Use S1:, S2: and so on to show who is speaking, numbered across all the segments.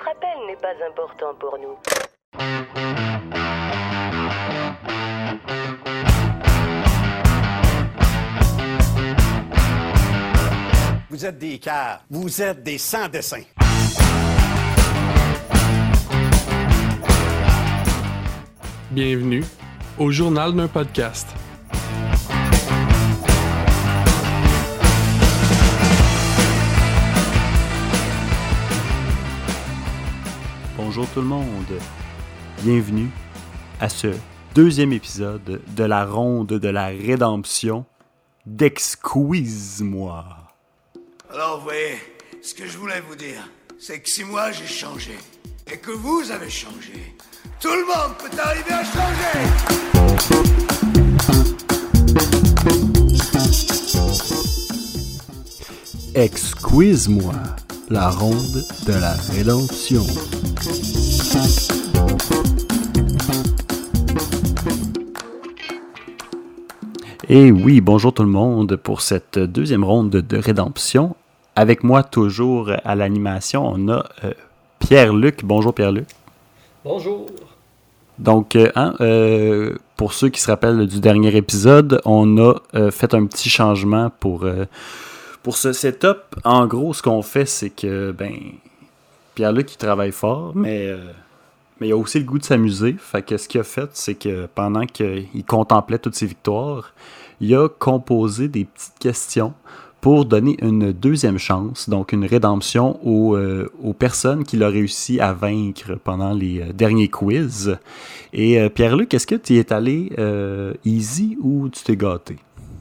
S1: Votre appel n'est pas important pour nous.
S2: Vous êtes des caves. Vous êtes des sans-dessins.
S3: Bienvenue au journal d'un podcast.
S4: Bonjour tout le monde, bienvenue à ce deuxième épisode de la ronde de la rédemption d'Exquise-moi.
S5: Alors vous voyez, ce que je voulais vous dire, c'est que si moi j'ai changé, et que vous avez changé, tout le monde peut arriver à changer.
S4: Exquise-moi, la ronde de la rédemption. Et oui, bonjour tout le monde pour cette deuxième ronde de rédemption. Avec moi toujours à l'animation, on a Pierre-Luc. Bonjour Pierre-Luc.
S6: Bonjour.
S4: Donc, pour ceux qui se rappellent du dernier épisode, on a fait un petit changement pour ce setup. En gros, ce qu'on fait, c'est que Pierre-Luc, il travaille fort, mais il a aussi le goût de s'amuser. Fait que ce qu'il a fait, c'est que pendant qu'il contemplait toutes ses victoires, il a composé des petites questions pour donner une deuxième chance, donc une rédemption aux personnes qu'il a réussi à vaincre pendant les derniers quiz. Et Pierre-Luc, est-ce que tu y es allé easy ou tu t'es gâté?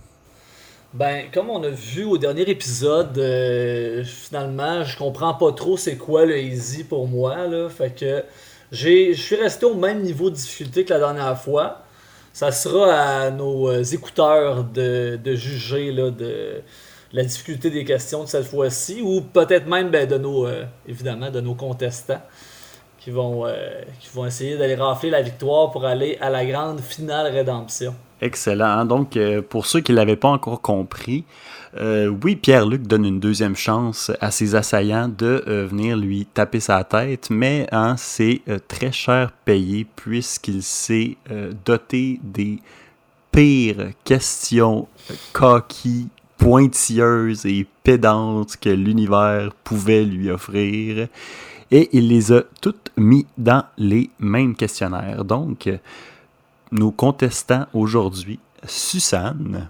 S6: Comme on a vu au dernier épisode, finalement, je comprends pas trop c'est quoi le easy pour moi, là. Fait que je suis resté au même niveau de difficulté que la dernière fois. Ça sera à nos écouteurs de juger là, de la difficulté des questions de cette fois-ci, ou peut-être même évidemment de nos contestants qui vont essayer d'aller rafler la victoire pour aller à la grande finale rédemption.
S4: Excellent. Donc, pour ceux qui ne l'avaient pas encore compris, oui, Pierre-Luc donne une deuxième chance à ses assaillants de venir lui taper sa tête, mais c'est très cher payé puisqu'il s'est doté des pires questions coquilles, pointilleuses et pédantes que l'univers pouvait lui offrir. Et il les a toutes mis dans les mêmes questionnaires. Donc, nos contestants aujourd'hui, Suzanne.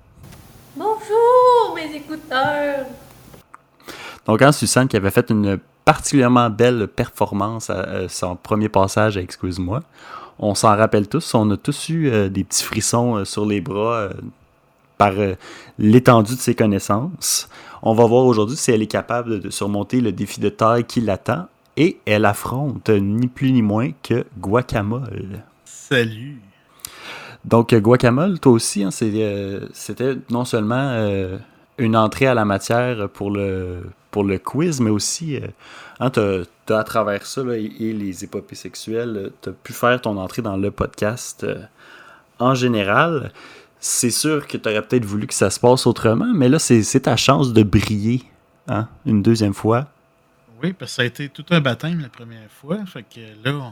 S7: Bonjour mes écouteurs.
S4: Donc, Suzanne qui avait fait une particulièrement belle performance à son premier passage à Excuse-moi. On s'en rappelle tous, on a tous eu des petits frissons sur les bras par l'étendue de ses connaissances. On va voir aujourd'hui si elle est capable de surmonter le défi de taille qui l'attend. Et elle affronte ni plus ni moins que Guacamole.
S8: Salut!
S4: Donc, Guacamole, toi aussi, c'était non seulement une entrée à la matière pour le quiz, mais aussi, t'as à travers ça là, et les épopées sexuelles, t'as pu faire ton entrée dans le podcast en général. C'est sûr que t'aurais peut-être voulu que ça se passe autrement, mais là, c'est ta chance de briller une deuxième fois.
S8: Oui, parce que ça a été tout un baptême la première fois. Fait que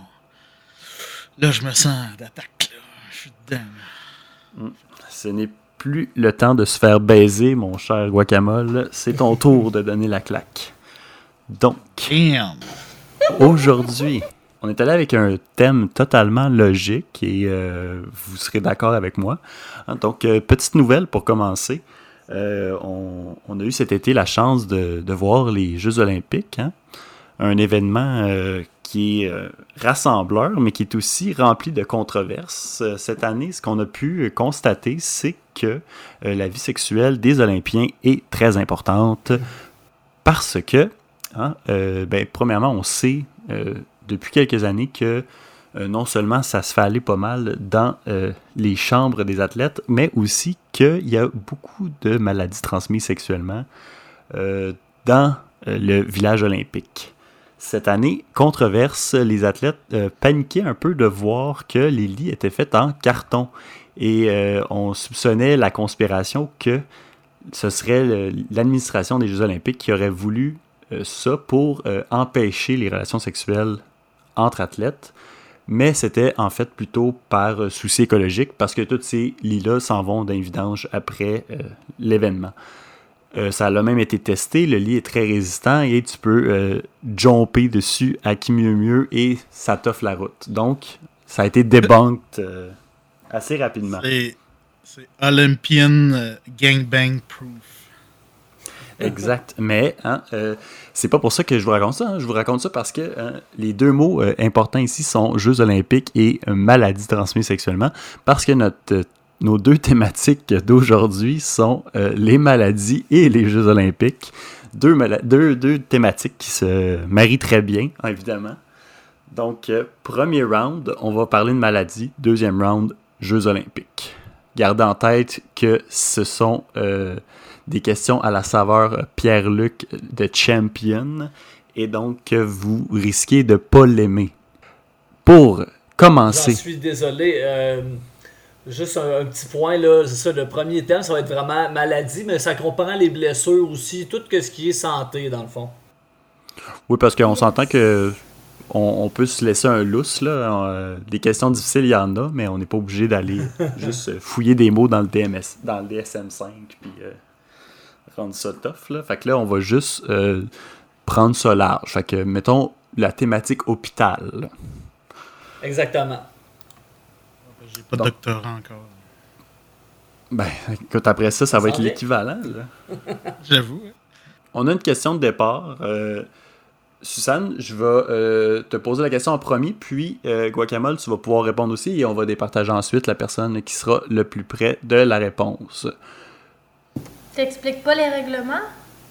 S8: là je me sens d'attaque. Là. Je suis dedans.
S4: Ce n'est plus le temps de se faire baiser, mon cher Guacamole. C'est ton tour de donner la claque. Donc, aujourd'hui, on est allé avec un thème totalement logique et vous serez d'accord avec moi. Donc, petite nouvelle pour commencer. On a eu cet été la chance de voir les Jeux olympiques. Un événement qui est rassembleur, mais qui est aussi rempli de controverses. Cette année, ce qu'on a pu constater, c'est que la vie sexuelle des Olympiens est très importante parce que, premièrement, on sait depuis quelques années que non seulement ça se fait aller pas mal dans les chambres des athlètes, mais aussi qu'il y a beaucoup de maladies transmises sexuellement dans le village olympique. Cette année, controverse, les athlètes paniquaient un peu de voir que les lits étaient faits en carton. Et on soupçonnait la conspiration que ce serait l'administration des Jeux olympiques qui aurait voulu ça pour empêcher les relations sexuelles entre athlètes, mais c'était en fait plutôt par souci écologique, parce que tous ces lits-là s'en vont d'un vidange après l'événement. Ça a même été testé, le lit est très résistant et tu peux jumper dessus à qui mieux et ça t'offre la route. Donc, ça a été debunked assez rapidement.
S8: C'est Olympian gangbang proof.
S4: Exact, mais c'est pas pour ça que je vous raconte ça. Je vous raconte ça parce que les deux mots importants ici sont Jeux olympiques et maladie transmise sexuellement, parce que nos deux thématiques d'aujourd'hui sont les maladies et les Jeux olympiques. Deux thématiques qui se marient très bien, évidemment. Donc, premier round, on va parler de maladies. Deuxième round, Jeux olympiques. Gardez en tête que ce sont des questions à la saveur Pierre-Luc de Champion, et donc vous risquez de ne pas l'aimer. Pour commencer...
S6: J'en suis désolé. Juste un petit point, là, c'est ça, le premier thème, ça va être vraiment maladie, mais ça comprend les blessures aussi, tout ce qui est santé, dans le fond.
S4: Oui, parce qu'on s'entend que on peut se laisser un lousse, là. Des questions difficiles, il y en a, mais on n'est pas obligé d'aller juste fouiller des mots dans le DSM-5, puis rendre ça tough, là. Fait que là, on va juste prendre ça large. Fait que, mettons, la thématique hôpital, là.
S6: Exactement.
S8: J'ai pas de doctorat encore.
S4: Ben, écoute, après ça va être l'équivalent, là.
S8: J'avoue.
S4: On a une question de départ. Suzanne, je vais te poser la question en premier, puis Guacamole, tu vas pouvoir répondre aussi, et on va départager ensuite la personne qui sera le plus près de la réponse.
S7: T'expliques pas les règlements?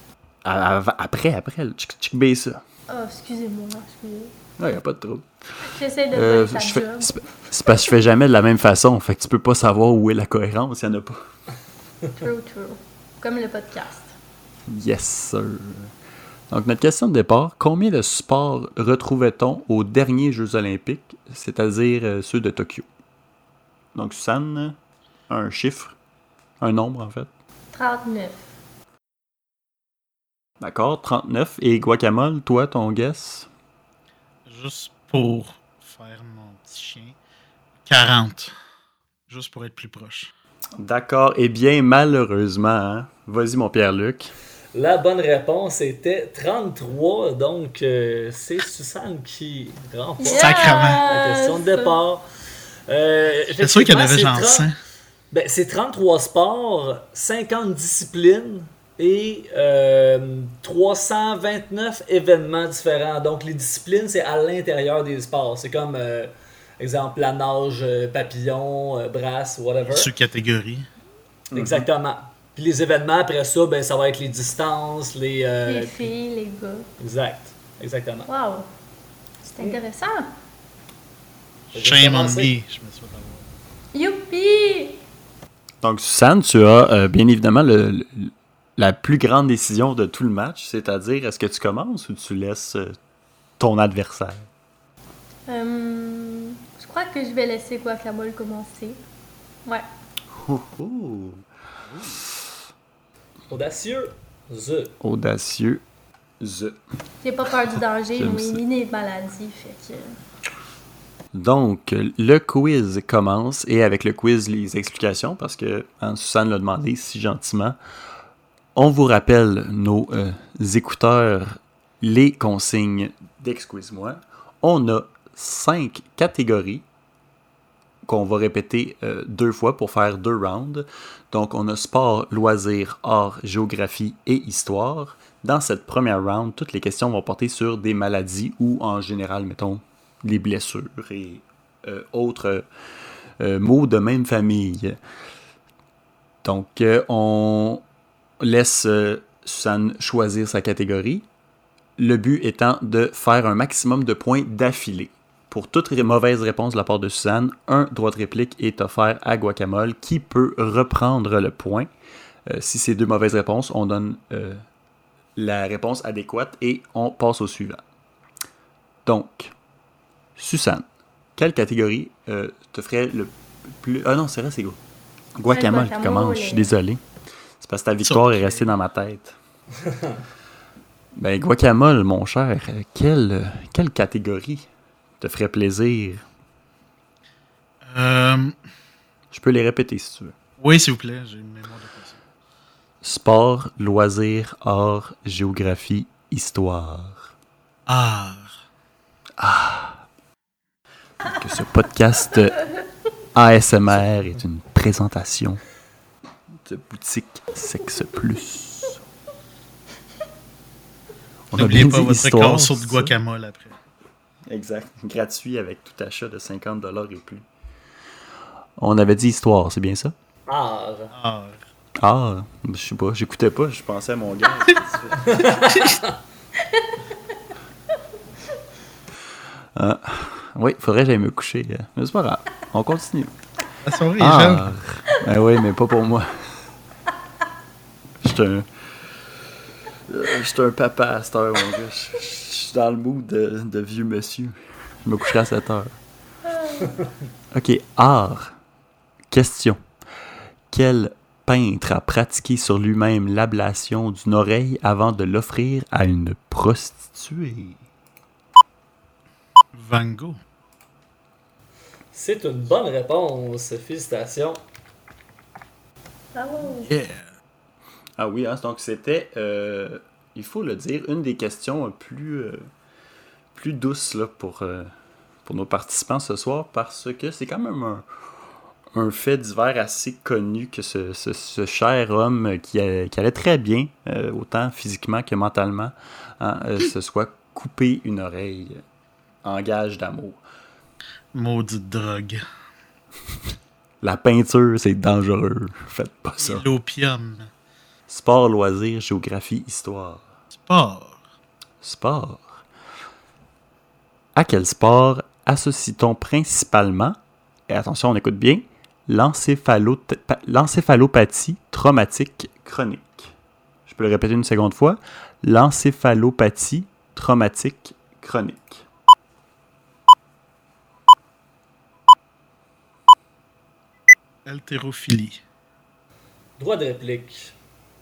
S4: Après, tu baisses ça.
S7: Oh, excusez-moi.
S4: Non, y a pas de trouble.
S7: J'essaie de faire ta job.
S4: C'est parce que je fais jamais de la même façon, fait que tu peux pas savoir où est la cohérence, il y en a pas.
S7: True. Comme le podcast.
S4: Yes, sir. Donc, notre question de départ, combien de sports retrouvait-on aux derniers Jeux olympiques, c'est-à-dire ceux de Tokyo? Donc, Suzanne, un chiffre, un nombre en fait.
S7: 39.
S4: D'accord, 39. Et Guacamole, toi, ton guess?
S8: Juste pour faire mon petit chien, 40. Juste pour être plus proche.
S4: D'accord. Eh bien, malheureusement, hein? Vas-y, mon Pierre-Luc.
S6: La bonne réponse était 33, donc c'est Suzanne qui remporte la question de départ.
S8: C'est sûr qu'il y en avait genre 100.
S6: Ben, c'est 33 sports, 50 disciplines et 329 événements différents. Donc, les disciplines, c'est à l'intérieur des sports. C'est comme, exemple, la nage, papillon, brasse, whatever.
S8: Sous-catégorie.
S6: Exactement. Puis les événements, après ça, ben, ça va être les distances, les
S7: filles, les gars.
S6: Exactement.
S7: Wow. C'est intéressant.
S8: Shame on me. Je me suis pas
S7: Youpi!
S4: Donc, Suzanne, tu as bien évidemment la plus grande décision de tout le match, c'est-à-dire, est-ce que tu commences ou tu laisses ton adversaire?
S7: Je crois que je vais laisser Guacamole commencer. Ouais.
S6: Audacieux.
S4: Audacieux.
S7: J'ai pas peur du danger, ils m'ont éliminé de maladie, fait que...
S4: Donc, le quiz commence, et avec le quiz, les explications, parce que Suzanne l'a demandé si gentiment. On vous rappelle, nos écouteurs, les consignes d'Exquise-moi. On a 5 catégories qu'on va répéter 2 fois pour faire 2 rounds. Donc, on a sport, loisirs, art, géographie et histoire. Dans cette première round, toutes les questions vont porter sur des maladies ou, en général, mettons, les blessures et autres mots de même famille. Donc, on laisse Suzanne choisir sa catégorie. Le but étant de faire un maximum de points d'affilée. Pour toute mauvaise réponse de la part de Suzanne, un droit de réplique est offert à Guacamole qui peut reprendre le point. Si c'est 2 mauvaises réponses, on donne la réponse adéquate et on passe au suivant. Donc, Suzanne, quelle catégorie te ferait le plus... Ah non, c'est vrai, c'est Guacamole qui commence, je suis désolé. C'est parce que ta victoire est restée dans ma tête. Ben, guacamole, mon cher, quelle catégorie te ferait plaisir? Je peux les répéter si tu veux.
S8: Oui, s'il vous plaît, j'ai une mémoire de personne.
S4: Sport, loisirs, art, géographie, histoire.
S8: Art.
S4: Que ce podcast ASMR est une présentation de boutique Sexe Plus. On a
S8: N'oubliez
S4: bien
S8: pas
S4: dit
S8: votre
S4: histoire,
S8: casseau de
S4: ça.
S8: guacamole après.
S4: Exact. Gratuit avec tout achat de 50$ et plus. On avait dit histoire, c'est bien ça?
S6: Art.
S8: Art.
S4: Ah, je sais pas, j'écoutais pas, je pensais à mon gars. Oui, faudrait que j'aille me coucher. Mais c'est pas grave, on continue.
S8: La soirée est jeune.
S4: Ben oui, mais pas pour moi. J'étais un papa à cette heure, mon gars. Je suis dans le mood de vieux monsieur. Je me coucherai à 7 heures. OK, art. Question. Quel peintre a pratiqué sur lui-même l'ablation d'une oreille avant de l'offrir à une prostituée?
S8: Van Gogh.
S6: C'est une bonne réponse. Félicitations.
S7: Bravo.
S8: Yeah.
S4: Ah oui, hein, donc c'était, il faut le dire, une des questions plus douces là, pour nos participants ce soir, parce que c'est quand même un fait divers assez connu que ce cher homme qui allait très bien, autant physiquement que mentalement, hein, se soit coupé une oreille en gage d'amour.
S8: Maudite drogue.
S4: La peinture, c'est dangereux. Faites pas ça.
S8: Et l'opium.
S4: Sport, loisirs, géographie, histoire.
S8: Sport.
S4: Sport. À quel sport associe-t-on principalement, et attention, on écoute bien, l'encéphalopathie traumatique chronique? Je peux le répéter une seconde fois. L'encéphalopathie traumatique chronique.
S8: Haltérophilie.
S6: Droit de réplique.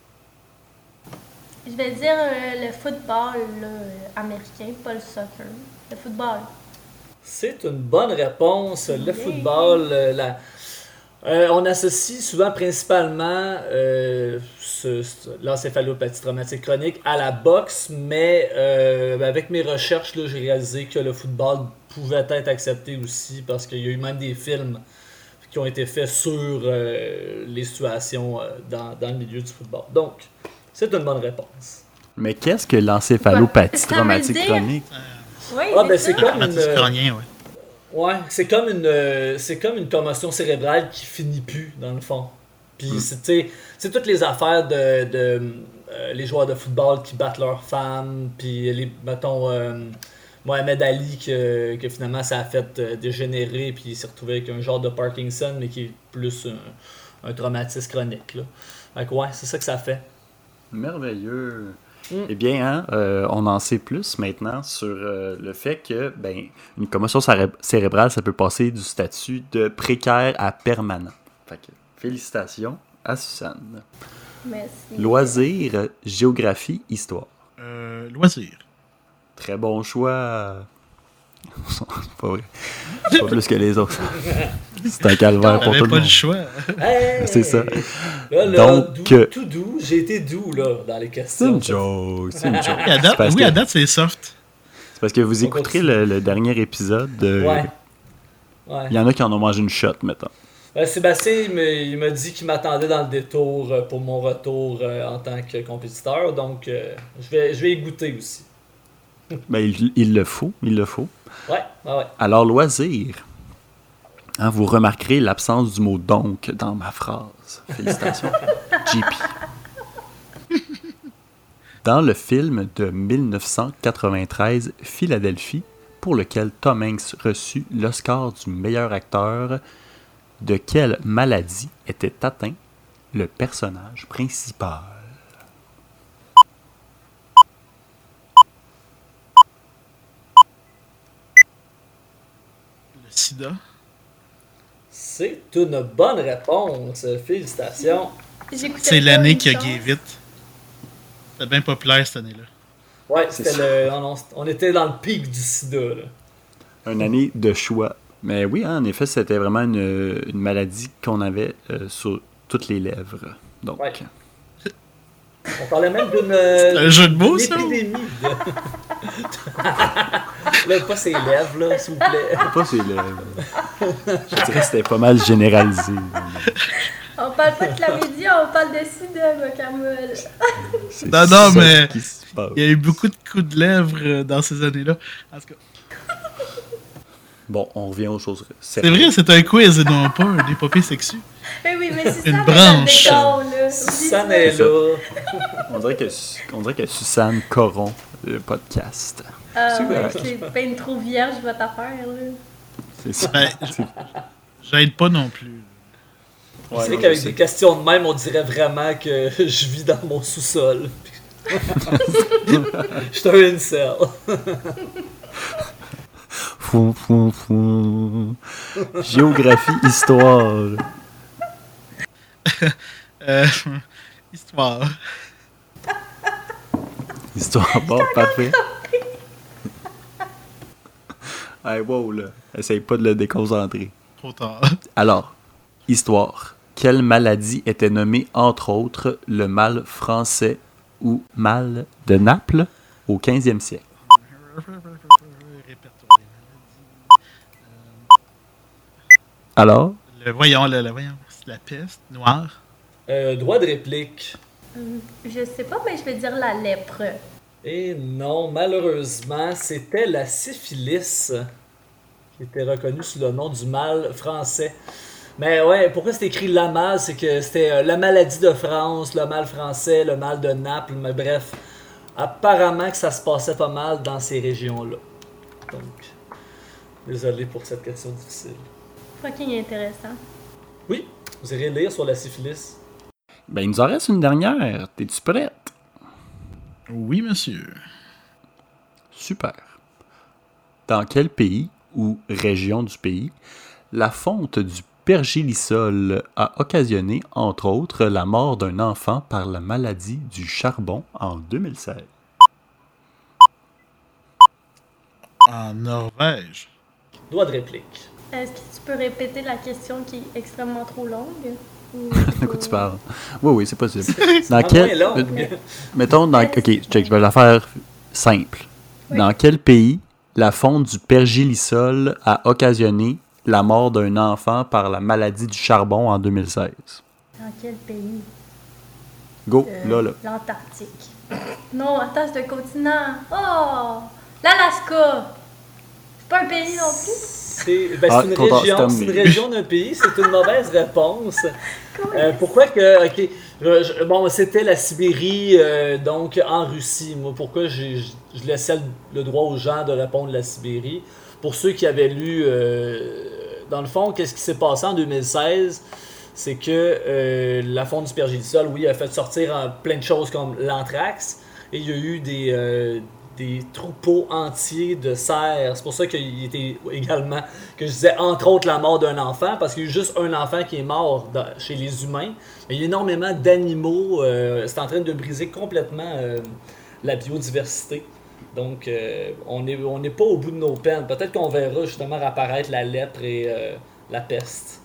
S7: Je vais dire le football là, américain, pas le soccer. Le football.
S6: C'est une bonne réponse. Le football, on associe souvent principalement l'encéphalopathie traumatique chronique à la boxe, mais avec mes recherches, là, j'ai réalisé que le football pouvait être accepté aussi parce qu'il y a eu même des films qui ont été faits sur les situations dans le milieu du football. Donc, c'est une bonne réponse.
S4: Mais qu'est-ce que l'encéphalopathie
S7: Ça veut
S4: traumatique
S7: dire-
S4: chronique?
S7: Oui,
S6: Ah, ben
S7: c'est
S6: c'est
S7: ça.
S6: comme
S8: Mathis Crânien, ouais.
S6: Ouais, c'est comme une commotion cérébrale qui finit plus, dans le fond. Puis, c'est toutes les affaires de les joueurs de football qui battent leurs femmes, puis, mettons, Mohamed Ali, que finalement, ça a fait dégénérer, puis il s'est retrouvé avec un genre de Parkinson, mais qui est plus un traumatisme chronique, là. Fait que, ouais, c'est ça que ça fait.
S4: Merveilleux. Eh bien, hein, on en sait plus maintenant sur le fait que une commotion cérébrale, ça peut passer du statut de précaire à permanent. Fait que, félicitations à Suzanne.
S7: Merci.
S4: Loisirs, géographie, histoire.
S8: Loisirs.
S4: Très bon choix. C'est pas vrai. C'est pas plus que les autres. C'est un calvaire pour
S8: T'avais
S4: tout le
S8: pas
S4: monde.
S8: le choix.
S6: Hey!
S4: C'est ça.
S6: Là,
S4: Donc,
S6: tout doux. J'ai été doux, là, dans les
S4: C'est
S6: questions.
S4: une joke. C'est une joke.
S8: Oui, à date,
S4: C'est parce que-
S8: à date, c'est soft.
S4: C'est parce que vous
S6: On
S4: écouterez
S6: continue.
S4: le dernier épisode.
S6: Ouais.
S4: Il y en a qui en ont mangé une shot, mettons.
S6: Sébastien, il m'a dit qu'il m'attendait dans le détour pour mon retour en tant que compétiteur, donc je vais y goûter aussi.
S4: Ben, il le faut, il le faut.
S6: Ouais.
S4: Alors, loisir. Hein, vous remarquerez l'absence du mot donc dans ma phrase. Félicitations, JP. Dans le film de 1993, Philadelphie, pour lequel Tom Hanks reçut l'Oscar du meilleur acteur, de quelle maladie était atteint le personnage principal?
S8: Le sida.
S6: C'est une bonne réponse. Félicitations.
S7: J'écoutais
S8: C'est
S7: pas
S8: l'année
S7: une
S8: qui a
S7: chance.
S8: gay vite. C'était bien populaire cette année-là.
S6: Ouais,
S4: C'est
S6: c'était on était dans le pic du sida, là.
S4: Une année de choix. Mais oui, hein, en effet, c'était vraiment une maladie qu'on avait sur toutes les lèvres. Donc,
S6: Ouais. On parlait même d'une
S8: un jeu de mots, ça?
S6: épidémie. Là, pas ses lèvres, là, s'il vous plaît.
S4: pas ses lèvres. Je dirais que c'était pas mal généralisé.
S7: On parle pas de chlamydia, on parle de sida, Guacamole.
S4: C'est
S8: Non,
S4: ça
S8: mais
S4: qui se passe.
S8: il y a eu beaucoup de coups de lèvres dans ces années-là. En tout cas,
S4: Bon, on revient aux choses
S8: c'est vrai, c'est un quiz et non pas une épopée sexue.
S7: Mais oui, mais c'est
S8: Une
S7: ça,
S8: branche.
S7: dans le décor, là.
S6: Suzanne est là.
S4: On dirait que Suzanne corrompt le podcast.
S7: Ah,
S4: C'est
S7: ouais,
S4: vrai.
S7: c'est peine trop vierge votre affaire, là.
S4: C'est ça.
S8: Ben, j'aide pas non plus.
S4: Ouais,
S6: C'est
S4: non,
S6: vrai qu'avec
S4: je
S6: des
S4: sais.
S6: questions de même, on dirait vraiment que je vis dans mon sous-sol. Je suis un incel.
S4: Fou, fou, fou. Géographie, histoire.
S8: Histoire.
S4: Histoire, bon, parfait. Hey, wow, là. Essaye pas de le déconcentrer.
S8: Trop tard.
S4: Alors, histoire. Quelle maladie était nommée, entre autres, le mal français ou mal de Naples au 15e siècle?
S8: Répertoire.
S4: Alors?
S8: Voyons, c'est la peste noire.
S6: Droit de réplique.
S7: Je sais pas, mais je vais dire la lèpre.
S6: Et non, malheureusement, c'était la syphilis qui était reconnue sous le nom du mal français. Mais ouais, pourquoi c'est écrit la mal? C'est que c'était la maladie de France, le mal français, le mal de Naples, mais bref. Apparemment que ça se passait pas mal dans ces régions-là. Donc, désolé pour cette question difficile.
S7: Fucking intéressant.
S6: Oui, vous irez lire sur la syphilis.
S4: Ben, il nous en reste une dernière. T'es-tu prête?
S8: Oui, monsieur.
S4: Super. Dans quel pays ou région du pays la fonte du pergélisol a occasionné, entre autres, la mort d'un enfant par la maladie du charbon en 2016?
S8: En Norvège.
S6: Droit de réplique.
S7: Est-ce que tu peux répéter la question qui est extrêmement trop longue? Ou...
S4: De quoi tu parles? Oui, oui, c'est possible. Dans
S6: En
S4: quel...
S6: moins longue.
S4: Mettons, dans... OK, check, je vais la faire simple.
S7: Oui.
S4: Dans quel pays la fonte du pergélisol a occasionné la mort d'un enfant par la maladie du charbon en 2016?
S7: Dans quel pays?
S4: Go, là.
S7: L'Antarctique. Non, attends, c'est un continent. Oh! L'Alaska! C'est pas un pays non plus?
S6: C'est
S4: Ah,
S6: une
S4: trop tard,
S6: région,
S4: c'est
S6: c'est une
S4: terminé.
S6: région d'un pays, c'est une mauvaise réponse. Pourquoi que, ok, bon, c'était la Sibérie, donc en Russie. Moi, pourquoi je laissais le droit aux gens de répondre la Sibérie? Pour ceux qui avaient lu, dans le fond, qu'est-ce qui s'est passé en 2016? C'est que la fonte du pergélisol, oui, a fait sortir plein de choses comme l'anthrax, et il y a eu des troupeaux entiers de cerfs. C'est pour ça qu'il était également, que je disais entre autres la mort d'un enfant, parce qu'il y a eu juste un enfant qui est mort chez les humains. Mais il y a énormément d'animaux. C'est en train de briser complètement la biodiversité. Donc, on n'est pas au bout de nos peines. Peut-être qu'on verra justement apparaître la lèpre et la peste.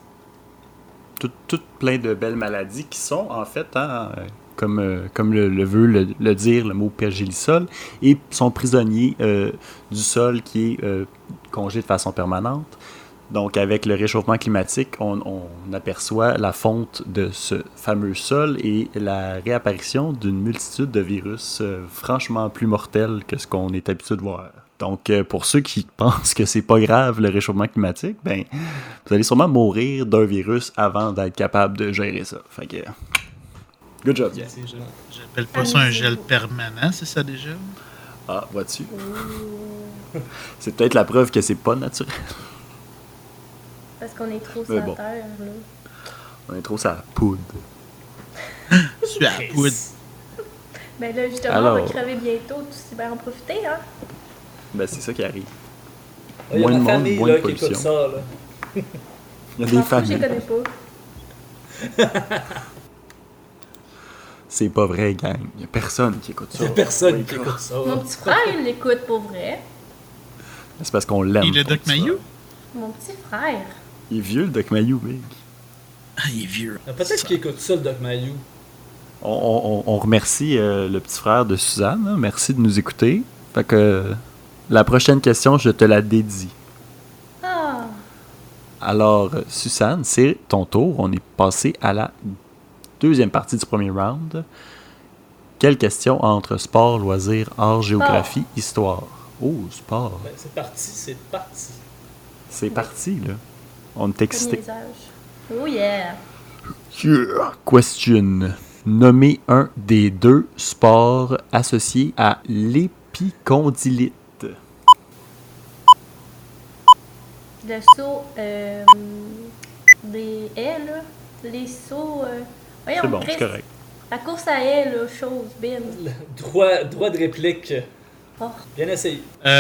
S4: Tout plein de belles maladies qui sont, en fait, comme le veut le dire le mot pergélisol, et sont prisonniers du sol qui est congé de façon permanente. Donc, avec le réchauffement climatique, on aperçoit la fonte de ce fameux sol et la réapparition d'une multitude de virus franchement plus mortels que ce qu'on est habitué de voir. Donc, pour ceux qui pensent que c'est pas grave le réchauffement climatique, ben, vous allez sûrement mourir d'un virus avant d'être capable de gérer ça. Fait que, good job.
S6: Yeah.
S8: J'appelle pas ça un gel permanent, c'est ça déjà?
S4: Ah, vois-tu? C'est peut-être la preuve que c'est pas naturel.
S7: Parce qu'on est trop
S4: Mais
S7: sur
S4: bon.
S7: terre, là.
S4: On est trop sur la poudre.
S8: Je suis à la poudre.
S7: Ben là, justement,
S4: Alors.
S7: on va crever bientôt. Tu sais bien en profiter, hein?
S4: Ben, c'est ça qui arrive.
S6: Il y a
S4: Moins de
S6: ma
S4: monde,
S6: famille
S4: moins de
S6: là, qui écoute
S4: pollution.
S6: ça. Là.
S4: Il y a
S7: Je
S4: des
S7: m'en fous, je les
S4: familles.
S7: connais pas.
S4: C'est pas vrai, gang. Il y a personne qui écoute ça.
S6: Il y a personne qui écoute ça.
S7: Mon petit frère, il l'écoute pour vrai.
S4: C'est parce qu'on l'aime.
S8: Et le
S4: ton
S8: Doc
S4: petit frère.
S8: Mayou?
S7: Mon petit frère.
S4: Il est vieux, le Doc Mayou, Big.
S8: Ah, il est vieux.
S6: Peut-être qu'il écoute ça, le Doc Mayou.
S4: On remercie le petit frère de Suzanne. Hein. Merci de nous écouter. Fait que la prochaine question, je te la dédie.
S7: Ah,
S4: Alors, Suzanne, c'est ton tour. On est passé à la deuxième partie du premier round. Quelle question entre sport, loisirs, art, géographie, histoire? Oh, sport.
S6: Ben, c'est parti.
S4: C'est parti, là. On est
S7: comme
S4: excité.
S7: les âges. Oh yeah.
S4: Question. Nommez un des deux sports associés à l'épicondylite.
S7: Le saut des haies, là. Les sauts. Voyons,
S4: C'est bon,
S7: Chris,
S4: c'est correct.
S7: La course à haies, là, chose, bin.
S6: Droit de réplique.
S7: Oh.
S6: Bien essayé.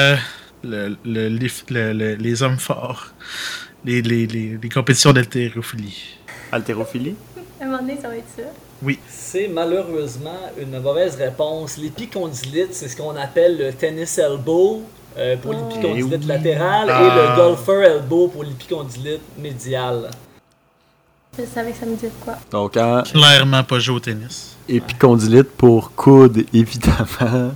S8: Les hommes forts. Les compétitions d'haltérophilie.
S4: Haltérophilie?
S7: À un moment donné, ça va être ça.
S8: Oui.
S6: C'est malheureusement une mauvaise réponse. L'épicondylite, c'est ce qu'on appelle le tennis elbow pour l'épicondylite
S4: Eh oui.
S6: latérale et le golfer elbow pour l'épicondylite médiale.
S7: Je savais que ça me disait de quoi.
S4: Donc, en
S8: Clairement pas jouer au tennis.
S4: épicondylite pour coude, évidemment.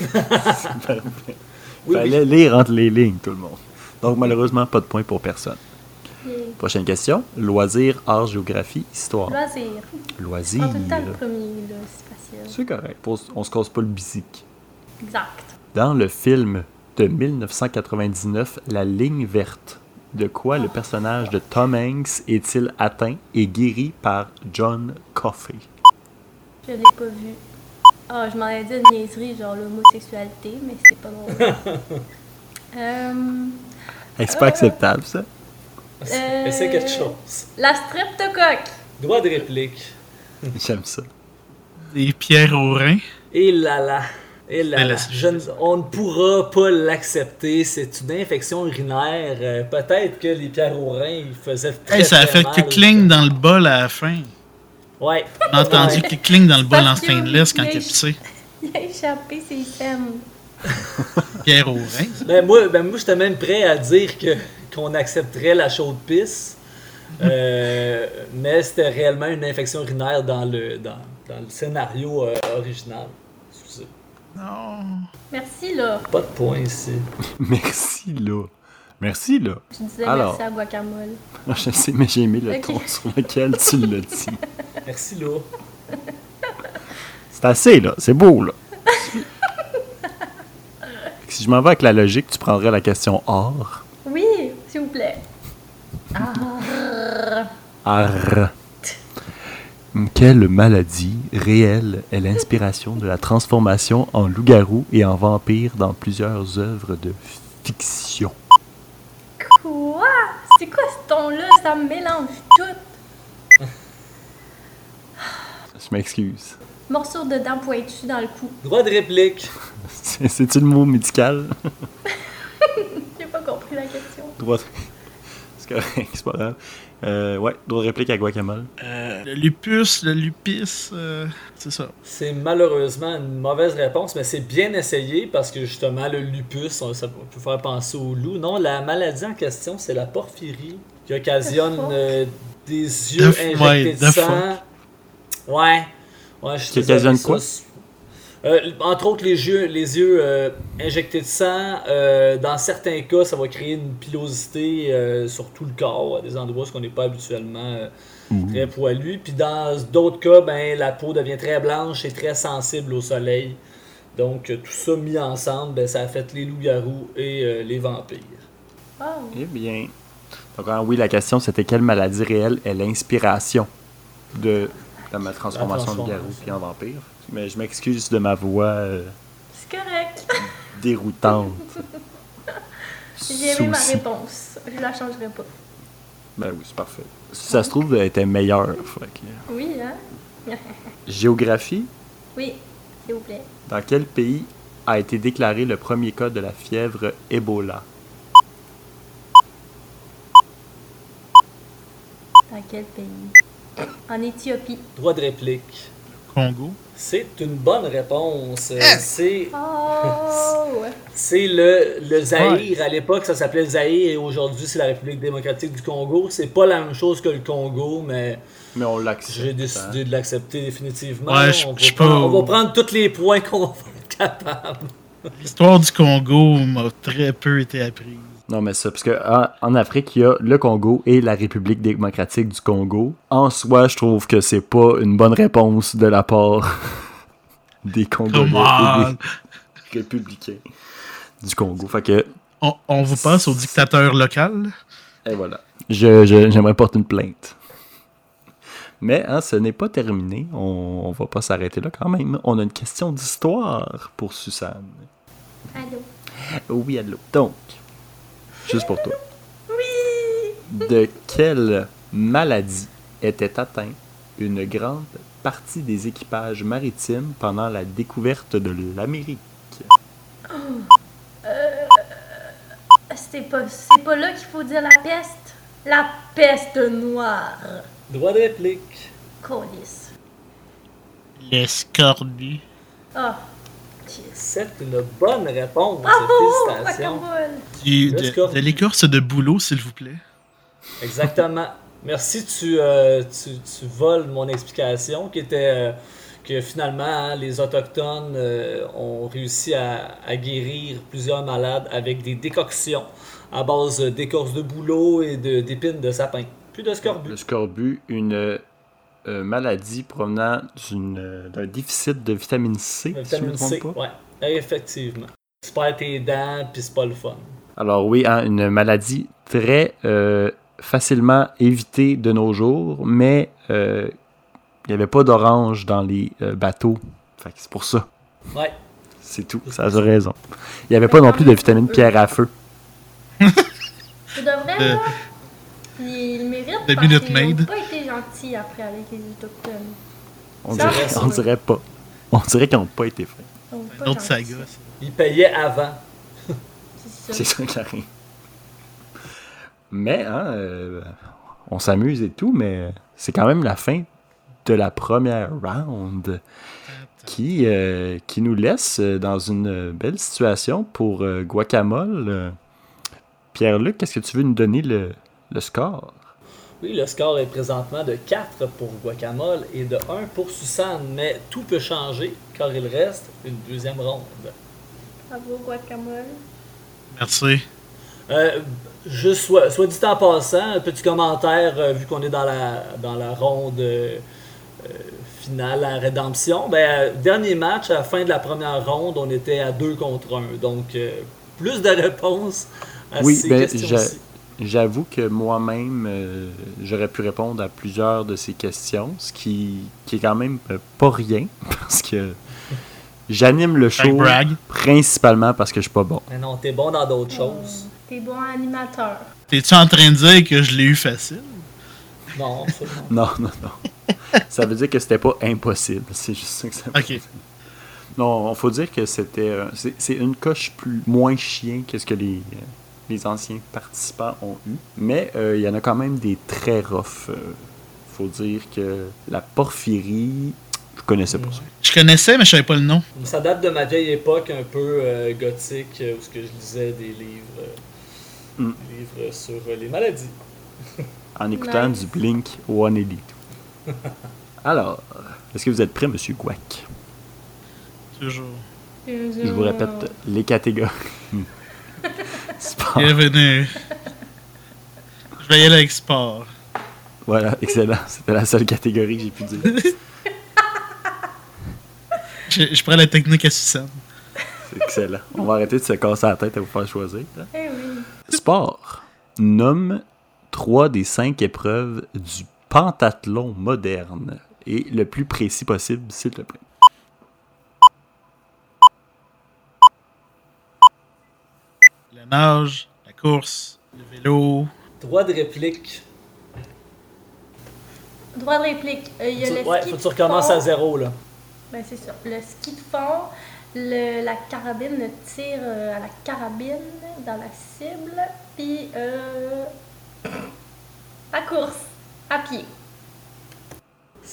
S6: Oui,
S4: Fallait lire entre les lignes, tout le monde. Donc, malheureusement, pas de point pour personne.
S7: Yeah.
S4: Prochaine question. Loisirs, art, géographie, histoire.
S7: Loisir.
S4: Loisirs.
S7: Prends tout le temps le premier, là, c'est facile.
S4: C'est correct. On se casse pas le bisic.
S7: Exact.
S4: Dans le film de 1999, La ligne verte, de quoi le personnage de Tom Hanks est-il atteint et guéri par John Coffey?
S7: Je l'ai pas vu. Ah, je m'en ai dit une niaiserie, genre l'homosexualité, mais c'est pas drôle.
S4: Hey, c'est pas acceptable, ça.
S6: Essaye quelque chose.
S7: La streptocoque.
S6: Droit de réplique.
S4: J'aime ça.
S8: Des pierres au rein.
S6: Et là là. Et là
S8: Mais
S6: là.
S8: la-
S6: On ne pourra pas l'accepter. C'est une infection urinaire. Peut-être que les pierres au rein, ils faisaient très,
S8: Hey, ça a
S6: très
S8: fait
S6: mal.
S8: que cling dans le bol à la fin.
S6: Ouais.
S8: On a entendu
S6: Ouais.
S8: que cling dans le bol en
S7: Parce que
S8: stainless quand
S7: il
S8: il a
S7: a-
S8: pissé.
S7: Il a échappé ses scènes.
S8: Pierre au rein.
S6: Ben moi, j'étais même prêt à dire qu'on accepterait la chaude pisse. Mais c'était réellement une infection urinaire dans le scénario original. Excusez.
S8: Non.
S7: Merci, là.
S6: Pas de point ici.
S4: Merci, là. Merci, là.
S7: Je disais
S4: Alors.
S7: merci à Guacamole.
S4: Je sais, mais j'ai aimé le
S7: Ok.
S4: ton sur lequel tu l'as dit.
S6: Merci, Lo.
S4: C'est assez, là. C'est beau, là. Si je m'en vais avec la logique, tu prendrais la question art.
S7: Oui, s'il vous plaît. Ah.
S4: Arr. Quelle maladie réelle est l'inspiration de la transformation en loup-garou et en vampire dans plusieurs œuvres de fiction?
S7: Quoi? C'est quoi ce ton-là? Ça me mélange tout.
S4: Je m'excuse.
S7: Morceau de dents pointues dans le cou.
S6: Droit de réplique.
S4: C'est-tu le mot médical?
S7: J'ai pas compris la question.
S4: Droit. C'est correct, c'est pas grave. Ouais, droit de réplique à Guacamole.
S8: Le lupus, le lupis, c'est ça.
S6: C'est malheureusement une mauvaise réponse, mais c'est bien essayé parce que justement, le lupus, ça peut faire penser au loup. Non, la maladie en question, c'est la porphyrie qui occasionne des yeux injectés de sang. Ouais. Je suis
S4: Qui
S6: désolé,
S4: occasionne
S6: ça,
S4: quoi?
S6: Entre autres, les yeux injectés de sang. Dans certains cas, ça va créer une pilosité sur tout le corps, à des endroits où on n'est pas habituellement très poilu. Puis dans d'autres cas, la peau devient très blanche et très sensible au soleil. Donc, tout ça mis ensemble, ça a fait les loups-garous et les vampires.
S7: Oh.
S4: Eh bien. Donc, oui, la question, c'était quelle maladie réelle est l'inspiration de ma transformation en loup-garou puis en vampire? Mais je m'excuse de ma voix
S7: C'est correct.
S4: déroutante.
S7: J'ai aimé ma
S4: Souci.
S7: réponse. Je la changerai pas.
S4: Ben oui, c'est parfait. Si ça se trouve, elle était meilleure. Fait que-
S7: Oui, hein?
S4: Géographie.
S7: Oui, s'il vous plaît.
S4: Dans quel pays a été déclaré le premier cas de la fièvre Ebola?
S7: Dans quel pays? En Éthiopie.
S6: Droit de réplique.
S8: Congo.
S6: C'est une bonne réponse. C'est
S7: Oh!
S6: le Zaïre. À l'époque, ça s'appelait le Zaïre et aujourd'hui, c'est la République démocratique du Congo. C'est pas la même chose que le Congo, mais
S4: on l'accepte.
S6: j'ai décidé de l'accepter définitivement.
S8: Ouais,
S6: on va prendre tous les points qu'on va être capable.
S8: L'histoire du Congo m'a très peu été apprise.
S4: Non, mais ça, parce qu'en Afrique, il y a le Congo et la République démocratique du Congo. En soi, je trouve que c'est pas une bonne réponse de la part des Congolais et des républicains du Congo. Fait que...
S8: On vous passe au dictateur local.
S4: Et voilà. J'aimerais porter une plainte. Mais ce n'est pas terminé. On va pas s'arrêter là quand même. On a une question d'histoire pour Suzanne.
S7: Allô?
S4: Oui, allô. Donc, juste pour toi.
S7: Oui!
S4: De quelle maladie était atteint une grande partie des équipages maritimes pendant la découverte de l'Amérique?
S7: C'est pas là qu'il faut dire la peste. La peste noire.
S6: Droit de réplique.
S7: Colis.
S8: Le scorbut.
S7: Ah. Cheers.
S6: C'est une bonne réponse.
S7: Bravo!
S6: Félicitations.
S7: Guacamole.
S8: De l'écorce de bouleau, s'il vous plaît.
S6: Exactement. Merci, tu voles mon explication qui était que finalement les Autochtones ont réussi à guérir plusieurs malades avec des décoctions à base d'écorce de bouleau et d'épines de sapin. Puis de scorbut.
S4: Le scorbut, une maladie provenant d'un déficit de vitamine C,
S6: La
S4: si je ne me
S6: vitamine
S4: trompe
S6: C,
S4: pas.
S6: ouais, effectivement. Tu perds tes dents, puis c'est pas le fun.
S4: Alors oui, une maladie très facilement évitée de nos jours, mais il n'y avait pas d'orange dans les bateaux. Fait que c'est pour ça.
S6: Ouais.
S4: C'est tout, ça a raison. Il n'y avait pas non plus de vitamine pierre à feu.
S7: Tu devrais, là. Ils méritent
S8: The
S7: parce
S8: Minute
S7: qu'ils
S8: Maid.
S7: n'ont pas été gentils après avec les Autochtones.
S4: On dirait pas. On dirait qu'ils n'ont pas été faits.
S7: Ils sont pas
S8: Un autre
S7: gentils.
S8: saga, ça.
S6: Ils payaient avant.
S4: C'est ça qui arrive. Mais, on s'amuse et tout, mais c'est quand même la fin de la première round qui nous laisse dans une belle situation pour Guacamole. Pierre-Luc, qu'est-ce que tu veux nous donner le score?
S6: Oui, le score est présentement de 4 pour Guacamole et de 1 pour Suzanne, mais tout peut changer car il reste une deuxième ronde.
S7: Bravo, Guacamole.
S8: Merci.
S6: Juste soit dit en passant, un petit commentaire vu qu'on est dans la ronde finale à rédemption. Dernier match, à la fin de la première ronde, on était à 2 contre 1. Donc, plus de réponses à ces questions-ci.
S4: J'avoue que moi-même, j'aurais pu répondre à plusieurs de ces questions, ce qui est quand même pas rien, parce que j'anime le show principalement parce que je suis pas bon.
S6: Mais non, t'es bon dans d'autres choses.
S7: T'es bon animateur.
S8: T'es-tu en train de dire que je l'ai eu facile?
S6: Non, absolument.
S4: Non. Ça veut dire que c'était pas impossible. C'est juste ça que ça veut dire. Non, il faut dire que c'est une coche moins chien que ce que les anciens participants ont eu. Mais il y en a quand même des très rough. Faut dire que la porphyrie, je connaissais pas ça.
S8: Je connaissais, mais je savais pas le nom.
S6: Ça date de ma vieille époque un peu gothique, où ce que je lisais des livres sur les maladies.
S4: En écoutant du Blink 182. Alors, est-ce que vous êtes prêts, Monsieur Quack?
S8: Toujours.
S4: Je vous répète les catégories. Sport.
S8: Bienvenue. Je vais y aller avec sport.
S4: Voilà, excellent. C'était la seule catégorie que j'ai pu dire.
S8: Je prends la technique à Suzanne.
S4: C'est excellent. On va arrêter de se casser la tête à vous faire choisir. Hein?
S7: Eh oui.
S4: Sport. Nomme 3 des 5 épreuves du pentathlon moderne. Et le plus précis possible, s'il te plaît.
S8: La nage, la course, le vélo.
S6: Droit de réplique.
S7: Droit de réplique. Il y a le
S6: Ouais,
S7: ski
S6: faut que
S7: de
S6: tu recommences
S7: fond.
S6: à zéro, là.
S7: Ben, c'est ça. Le ski de fond, la carabine, le tir à la carabine dans la cible, puis la course à pied.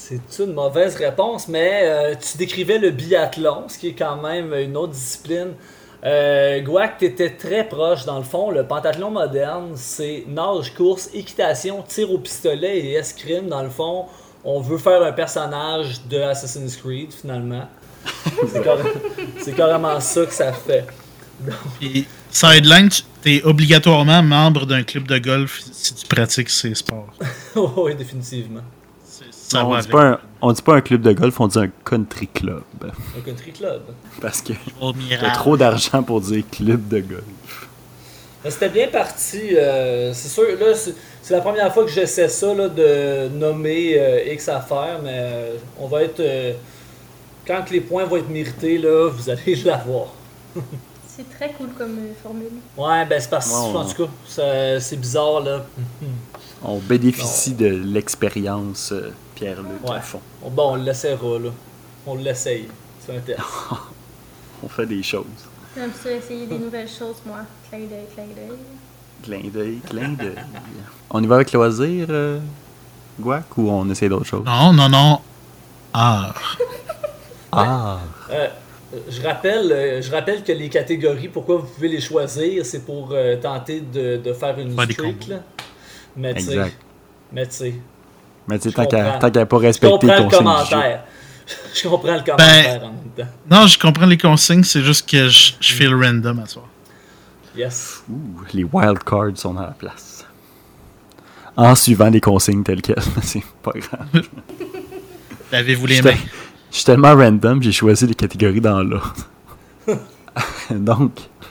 S6: C'est une mauvaise réponse, mais tu décrivais le biathlon, ce qui est quand même une autre discipline. Gouac, t'étais très proche dans le fond. Le pentathlon moderne, c'est nage, course, équitation, tir au pistolet et escrime. Dans le fond, on veut faire un personnage de Assassin's Creed finalement. C'est carrément ça que ça fait.
S8: Puis, sideline, t'es obligatoirement membre d'un club de golf si tu pratiques ces sports.
S6: Oui, définitivement.
S8: Ça
S4: Non,
S8: va
S4: on dit pas un club de golf, on dit un country club.
S6: Un country club.
S4: Parce que
S8: Au
S4: t'as
S8: miracle.
S4: trop d'argent pour dire club de golf.
S6: C'était bien parti. C'est sûr, là, c'est la première fois que j'essaie ça, là, de nommer X affaires, mais on va être. Quand les points vont être mérités, là, vous allez l'avoir.
S7: C'est très cool comme formule.
S6: Ouais, ben c'est parce que,
S4: Ouais,
S6: en tout cas, c'est bizarre, là.
S4: On bénéficie de l'expérience Pierre-Luc,
S6: Ouais.
S4: à fond.
S6: Bon, on l'essaiera, là. On l'essaye. C'est un test.
S4: On fait des choses.
S7: J'aime ça essayer des nouvelles choses, moi. Clin d'œil, clin d'œil.
S4: Clin d'œil, clin d'œil. On y va avec loisir, Gouac, ou on essaie d'autres choses?
S8: Non. Art.
S4: Ah!
S6: Je rappelle que les catégories, pourquoi vous pouvez les choisir, c'est pour tenter de faire une
S8: Faire des
S6: streak,
S8: combos.
S6: là. Mais tu sais,
S4: Exact.
S6: mais tu sais,
S4: Mais tu sais,
S6: Je
S4: tant qu'à
S6: comprends.
S4: pas
S6: je
S4: respecter
S6: comprends le
S4: ton signe du jeu.
S6: commentaire. Je comprends le commentaire en même temps.
S8: Non, je comprends les consignes, c'est juste que je fais le random à soir.
S6: Yes.
S4: Ouh, les wild cards sont à la place. En suivant les consignes telles quelles. C'est pas grave.
S8: Avez-vous les
S4: J'étais-
S8: mains?
S4: Je suis tellement random, j'ai choisi les catégories dans l'ordre. Donc,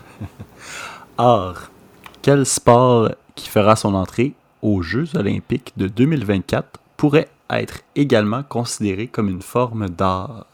S4: art. Quel sport qui fera son entrée aux Jeux olympiques de 2024 pourrait être également considéré comme une forme d'art?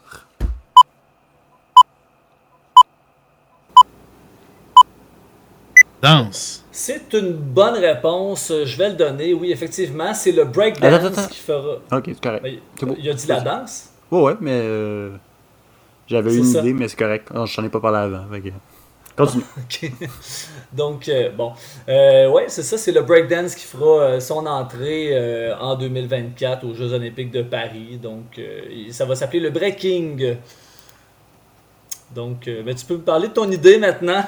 S8: Danse.
S6: C'est une bonne réponse, je vais le donner. Oui, effectivement, c'est le breakdance
S4: Attends.
S6: qui fera.
S4: Ok, c'est correct.
S6: Ben,
S4: C'est beau.
S6: il a dit la danse.
S4: Ouais, mais j'avais
S6: C'est
S4: une
S6: ça.
S4: idée, mais c'est correct. Non, je t'en ai pas parlé avant. Fait que... Continue.
S6: Ok. Donc, bon. Ouais, c'est ça, c'est le breakdance qui fera son entrée en 2024 aux Jeux Olympiques de Paris. Donc, ça va s'appeler le breaking. Donc, mais tu peux me parler de ton idée maintenant.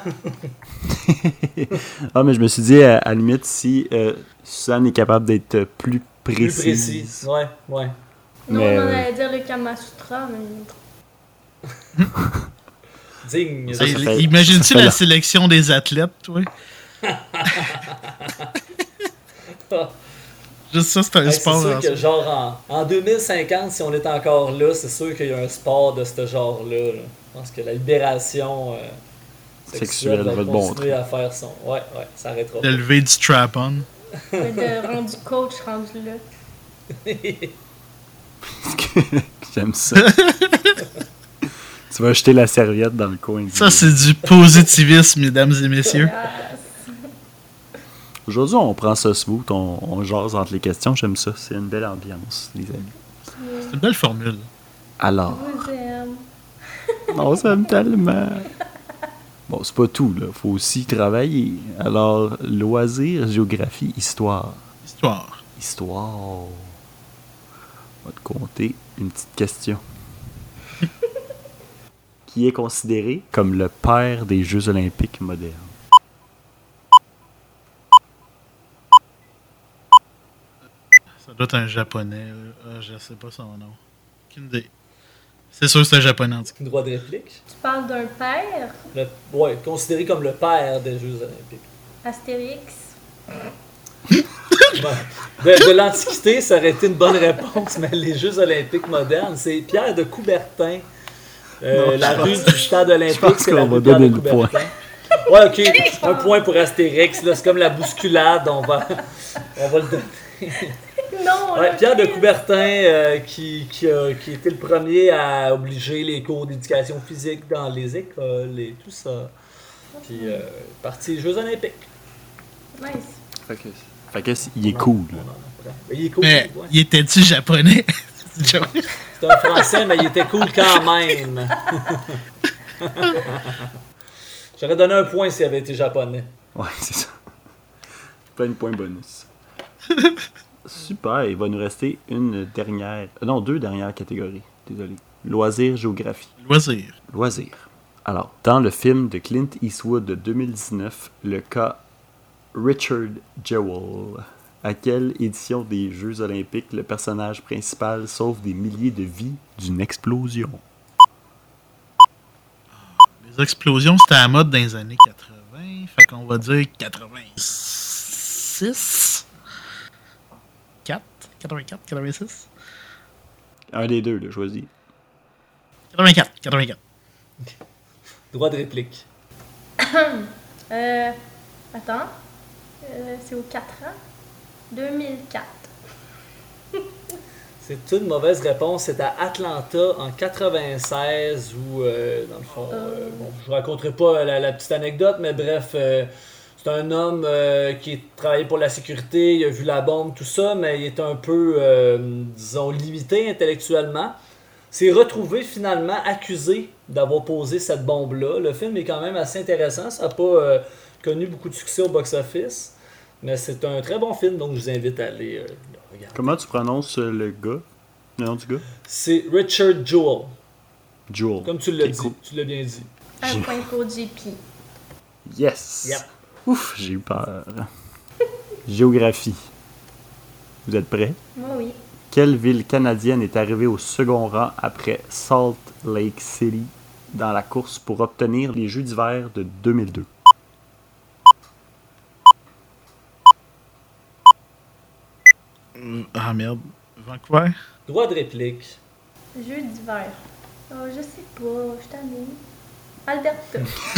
S4: Ah, mais je me suis dit, à la limite, si Suzanne est capable d'être plus
S6: Plus
S4: précise.
S6: précis. Ouais.
S7: Non,
S4: Mais,
S7: on en allait dire le Kama Sutra, mais.
S6: Digne.
S4: Ça fait-
S8: Imagine-tu
S4: ça fait
S8: la
S4: là.
S8: sélection des athlètes, toi? Juste ça, c'est un
S6: Hey, c'est
S8: sport.
S6: sûr
S8: en
S6: que
S8: soi.
S6: genre en 2050, si on est encore là, c'est sûr qu'il y a un sport de ce genre-là. Là. Je pense que la libération
S4: Sexuelle
S6: sexuelle
S4: va
S6: va
S4: te
S6: continuer
S4: montrer.
S6: à faire son... Ouais, ça arrêtera
S8: De lever du strap-on.
S7: De rendu coach, rendu là.
S4: J'aime ça. Tu vas jeter la serviette dans le coin.
S8: Ça, c'est du positivisme, mesdames et messieurs.
S4: Aujourd'hui, on prend ça smooth, on jase entre les questions. J'aime ça. C'est une belle ambiance, les amis.
S8: C'est une belle formule.
S4: Alors,
S7: Je vous aime.
S4: on s'aime tellement. Bon, c'est pas tout, là. Faut aussi travailler. Alors, loisirs, géographie, histoire.
S8: Histoire.
S4: Histoire. On va te compter une petite question. Qui est considéré comme le père des Jeux olympiques modernes?
S8: Ça doit être un japonais. Je sais pas son nom. Aucune idée. C'est sûr que c'est un japonais en tout cas.
S6: Droit de réplique.
S7: Tu parles d'un père,
S6: Ouais, considéré comme le père des Jeux Olympiques.
S7: Astérix.
S6: Ouais. De l'Antiquité, ça aurait été une bonne réponse, mais les Jeux Olympiques modernes, c'est Pierre de Coubertin.
S4: Non,
S6: La
S4: je
S6: rue
S4: pense-
S6: du stade olympique,
S4: je pense
S6: c'est la
S4: qu'on va
S6: rue Pierre
S4: donner
S6: de
S4: le
S6: Coubertin. Ouais, ok. Un point pour Astérix. Là, c'est comme la bousculade. On va le donner.
S7: Non,
S6: Ouais,
S7: là,
S6: Pierre de Coubertin, qui était le premier à obliger les cours d'éducation physique dans les écoles et tout ça. Puis, parti des Jeux Olympiques.
S7: Nice.
S4: Fait que il est cool.
S6: On en apprend. Mais il est cool.
S8: Mais
S6: ouais.
S8: il était-tu japonais? C'est une joke.
S6: C'est un français, mais il était cool quand même. J'aurais donné un point s'il avait été japonais.
S4: Ouais, c'est ça. Plein de points bonus. Super, il va nous rester deux dernières catégories. Désolé. Loisirs, géographie. Loisirs. Alors, dans le film de Clint Eastwood de 2019, le cas Richard Jewell. À quelle édition des Jeux Olympiques le personnage principal sauve des milliers de vies d'une explosion?
S8: Les explosions, c'était à la mode dans les années 80. Fait qu'on va dire 86? 84? 86?
S4: Un des deux, là, choisis.
S8: 84.
S6: Droit de réplique.
S7: Attends. C'est aux 4 ans. 2004.
S6: C'est une mauvaise réponse. C'est à Atlanta en 96 où, dans le fond, bon, je ne raconterai pas la petite anecdote, mais bref, c'est un homme qui travaillait pour la sécurité, il a vu la bombe, tout ça, mais il est un peu, disons, limité intellectuellement. S'est retrouvé finalement accusé d'avoir posé cette bombe-là. Le film est quand même assez intéressant. Ça n'a pas connu beaucoup de succès au box-office. Mais c'est un très bon film, donc je vous invite à aller le regarder.
S4: Comment tu prononces le nom du gars?
S6: C'est Richard Jewell.
S4: Jewell.
S6: Comme tu l'as
S4: Okay,
S6: dit,
S4: cool.
S6: tu l'as bien dit.
S7: Un point pour JP.
S4: Yes!
S6: Yep.
S4: Ouf, j'ai eu peur. Géographie. Vous êtes prêts?
S7: Moi, oui.
S4: Quelle ville canadienne est arrivée au second rang après Salt Lake City dans la course pour obtenir les Jeux d'hiver de 2002?
S8: Ah merde. Vancouver?
S6: Droit de réplique.
S7: Jeu d'hiver. Oh, je sais pas. Je t'amène. Alberta.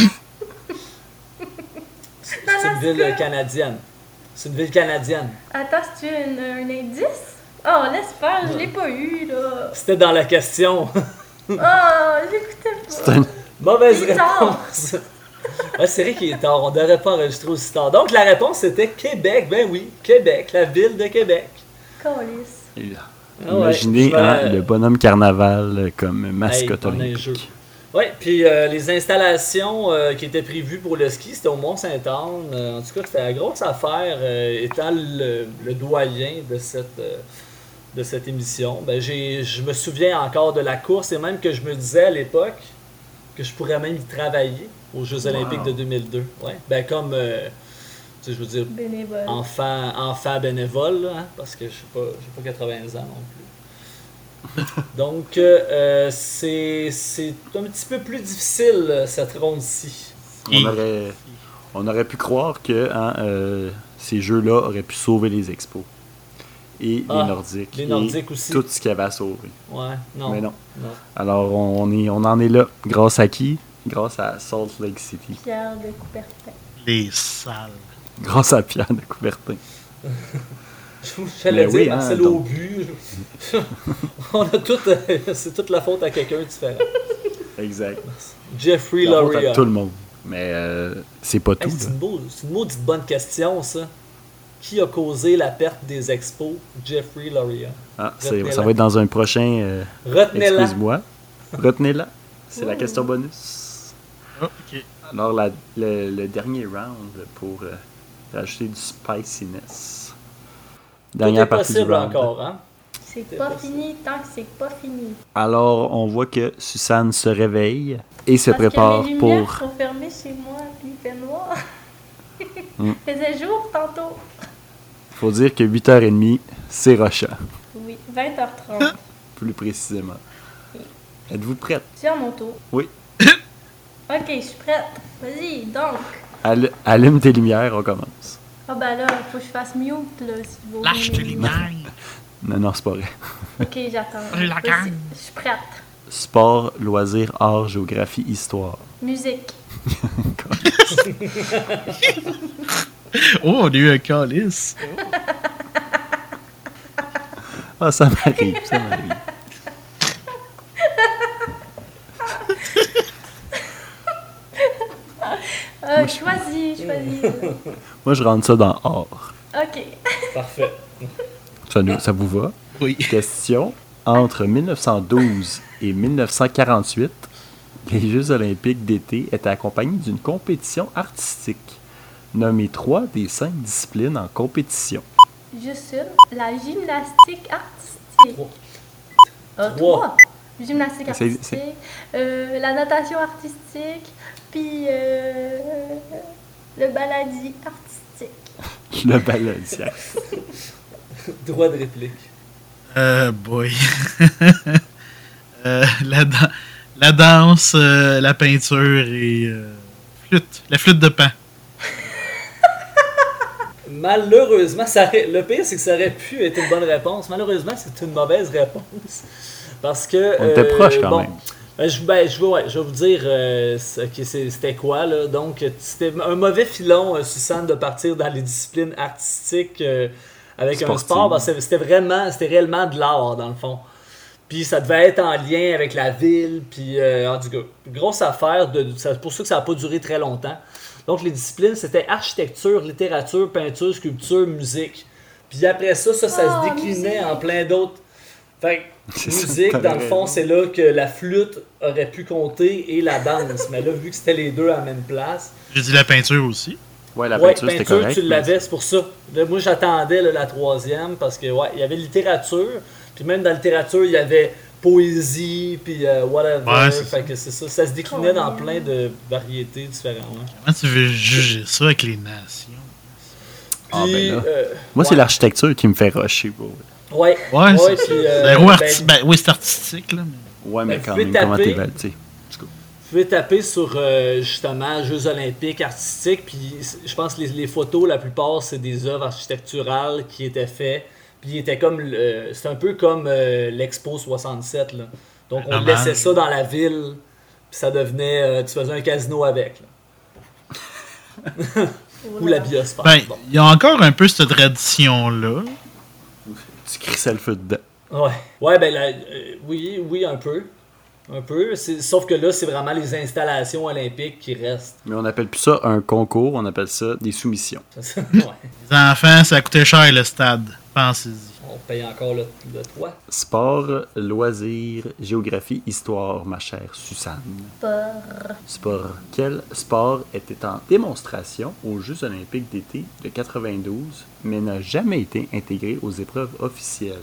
S6: C'est une ville canadienne. C'est une ville canadienne.
S7: Attends, c'est-tu un indice? Oh, laisse faire, je l'ai pas eu, là.
S6: C'était dans la question.
S7: Oh, j'écoutais pas.
S4: C'est un...
S6: Mauvaise
S7: Il est tard.
S6: réponse. Ouais, c'est vrai qu'il est tard. On n'aurait pas enregistré aussi tard. Donc, la réponse, c'était Québec. Ben oui, Québec. La ville de Québec.
S7: Calice.
S6: Ah ouais,
S4: Imaginez
S6: je vais-
S4: le bonhomme carnaval comme mascotte
S6: Hey, on a un
S4: olympique.
S6: jeu. Oui, puis les installations qui étaient prévues pour le ski, c'était au Mont-Saint-Anne. En tout cas, c'était la grosse affaire, étant le doyen de cette émission. Ben, je me souviens encore de la course et même que je me disais à l'époque que je pourrais même y travailler aux Jeux Olympiques de 2002. Ouais. Ben, comme, tu sais, je veux dire,
S7: Bénévole.
S6: enfant bénévole, là, hein, parce que je n'ai pas 80 ans non plus. Donc, c'est un petit peu plus difficile, cette ronde-ci.
S4: On aurait pu croire que ces jeux-là auraient pu sauver les expos. Et
S6: Ah,
S4: les Nordiques.
S6: les
S4: et
S6: Nordiques aussi.
S4: Tout ce qu'il y avait à sauver.
S6: Ouais, non.
S4: Mais non.
S6: Non.
S4: Alors, on en est là. Grâce à qui? Grâce à Salt Lake City.
S7: Pierre de Coubertin.
S8: Les salles.
S4: Grâce à Pierre de Coubertin.
S6: J'allais
S4: Mais
S6: dire
S4: oui,
S6: Marcel
S4: donc.
S6: Aubu. On a tout, c'est toute la faute à quelqu'un différent.
S4: Exact.
S6: Jeffrey
S4: La faute
S6: Loria.
S4: à tout le monde. Mais c'est pas tout.
S6: Hey, c'est
S4: là.
S6: une maudite bonne question, ça. Qui a causé la perte des expos? Jeffrey Loria.
S4: Ah,
S6: Retenez-la.
S4: ça va être dans un prochain...
S6: Retenez-la.
S4: Excuse-moi. Retenez-la. C'est la question bonus.
S8: Oh, ok.
S4: Alors, le dernier round pour rajouter du spiciness.
S6: Tout
S4: Dernière
S6: est
S4: partie du
S6: possible
S4: round.
S6: encore, hein?
S7: C'est
S6: C'est
S7: pas
S6: pas
S7: fini tant que c'est pas fini.
S4: Alors, on voit que Suzanne se réveille et se
S7: Parce
S4: prépare
S7: que les lumières
S4: pour...
S7: sont fermées chez moi, puis il fait noir.
S4: Mm.
S7: Il faisait jour tantôt.
S4: Faut dire que 8h30, c'est Rocha,
S7: Oui, 20h30.
S4: plus précisément. Êtes-vous prête?
S7: C'est à mon tour.
S4: Oui.
S7: Ok, je suis prête. Vas-y, donc.
S4: Allume tes lumières, on commence.
S7: Ah ben là, faut que je fasse mute, là, si vous
S8: Lâche tes lumières.
S4: Non, c'est pas vrai.
S7: Ok, j'attends.
S8: Je la
S7: Vas-y,
S8: gagne.
S7: je suis prête.
S4: Sport, loisirs, art, géographie, histoire.
S7: Musique.
S8: Oh, on a eu un calice.
S4: Ah, ça m'arrive, ça m'arrive.
S7: Choisis.
S4: Moi, je rentre ça dans art.
S7: Ok.
S6: Parfait.
S4: Ça vous va?
S8: Oui.
S4: Question. Entre 1912 et 1948, les Jeux olympiques d'été étaient accompagnés d'une compétition artistique. Nommez 3 des 5 disciplines en compétition.
S7: juste une. La gymnastique artistique. Trois. Gymnastique artistique, la natation artistique, puis le baladi artistique.
S4: Le baladi.
S6: Droit de réplique.
S8: Boy. La danse, la peinture et flûte. La flûte de Pan.
S6: Malheureusement, le pire, c'est que ça aurait pu être une bonne réponse. Malheureusement, c'est une mauvaise réponse. Parce que...
S4: On était proche quand même.
S6: Je vais vous dire c'était quoi. Là. Donc, c'était un mauvais filon, Suzanne, de partir dans les disciplines artistiques avec un sport. Parce que c'était réellement de l'art, dans le fond. Puis ça devait être en lien avec la ville. Puis, en tout cas, grosse affaire. C'est pour ça que ça n'a pas duré très longtemps. Donc, les disciplines, c'était architecture, littérature, peinture, sculpture, musique. Puis après ça se déclinait en plein d'autres. Fait que, musique, dans le fond, c'est là que la flûte aurait pu compter et la danse. Mais là, vu que c'était les deux à la même place...
S8: J'ai dit la peinture aussi.
S4: Ouais, la peinture, c'était correct.
S6: Tu l'avais, c'est pour ça. Là, moi, j'attendais la troisième parce que, il y avait littérature. Puis même dans la littérature, il y avait poésie, puis whatever.
S8: Ouais,
S6: fait que c'est ça. Ça se déclinait dans plein de variétés différentes.
S8: Comment tu veux juger ça avec les nations?
S6: Puis,
S4: moi, c'est l'architecture qui me fait rusher, bro.
S6: Ouais,
S8: puis, c'est artistique, là. Mais...
S4: Ouais, mais quand même, comment t'es validé?
S6: Vous pouvez taper sur, justement, Jeux olympiques artistiques, puis je pense que les photos, la plupart, c'est des œuvres architecturales qui étaient faites. Puis c'est un peu comme l'Expo 67, là. Donc on laissait ça dans la ville, puis ça devenait, tu faisais un casino avec, là. Ou la biosphère.
S8: Ben, il y a encore un peu cette tradition-là.
S4: Tu crissais le feu dedans.
S6: Ouais, ben oui, un peu. Un peu. Sauf que là, c'est vraiment les installations olympiques qui restent.
S4: Mais on appelle plus ça un concours, on appelle ça des soumissions.
S6: Ouais.
S8: Les enfants, ça coûtait cher le stade. Pensez-y.
S6: On paye encore le toit.
S4: Sport, loisirs, géographie, histoire, ma chère Suzanne. Sport. Quel sport était en démonstration aux Jeux olympiques d'été de 92, mais n'a jamais été intégré aux épreuves officielles?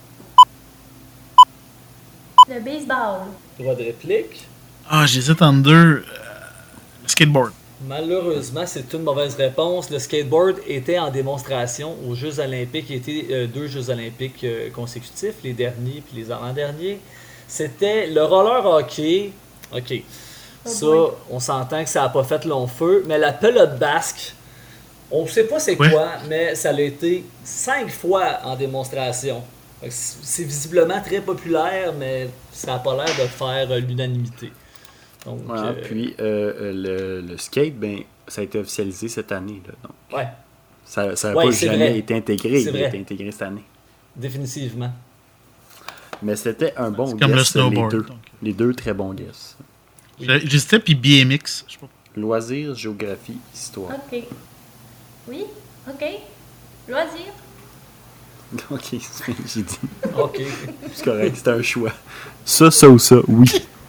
S7: Le baseball.
S6: Droit de réplique.
S8: J'hésite entre deux. Le skateboard.
S6: Malheureusement, c'est une mauvaise réponse. Le skateboard était en démonstration aux Jeux olympiques. Il était 2 Jeux olympiques consécutifs, les derniers puis les avant-derniers. C'était le roller hockey. OK. Ça, on s'entend que ça n'a pas fait long feu. Mais la pelote basque, on ne sait pas c'est quoi, mais ça a été 5 fois en démonstration. C'est visiblement très populaire, mais ça n'a pas l'air de faire l'unanimité. Donc,
S4: puis le skate, ça a été officialisé cette année. Là, donc. Ça n'a pas jamais été intégré. Il a été intégré cette année.
S6: Définitivement.
S4: Mais c'était un bon guess.
S8: Comme le snowboard.
S4: Les deux très bons guess.
S8: J'hésitais, puis BMX. Je sais pas.
S4: Loisirs, géographie, histoire.
S7: OK. Oui, OK. Loisirs.
S4: OK, j'ai dit.
S6: OK.
S4: C'est correct, c'était un choix. Ça ou ça, oui.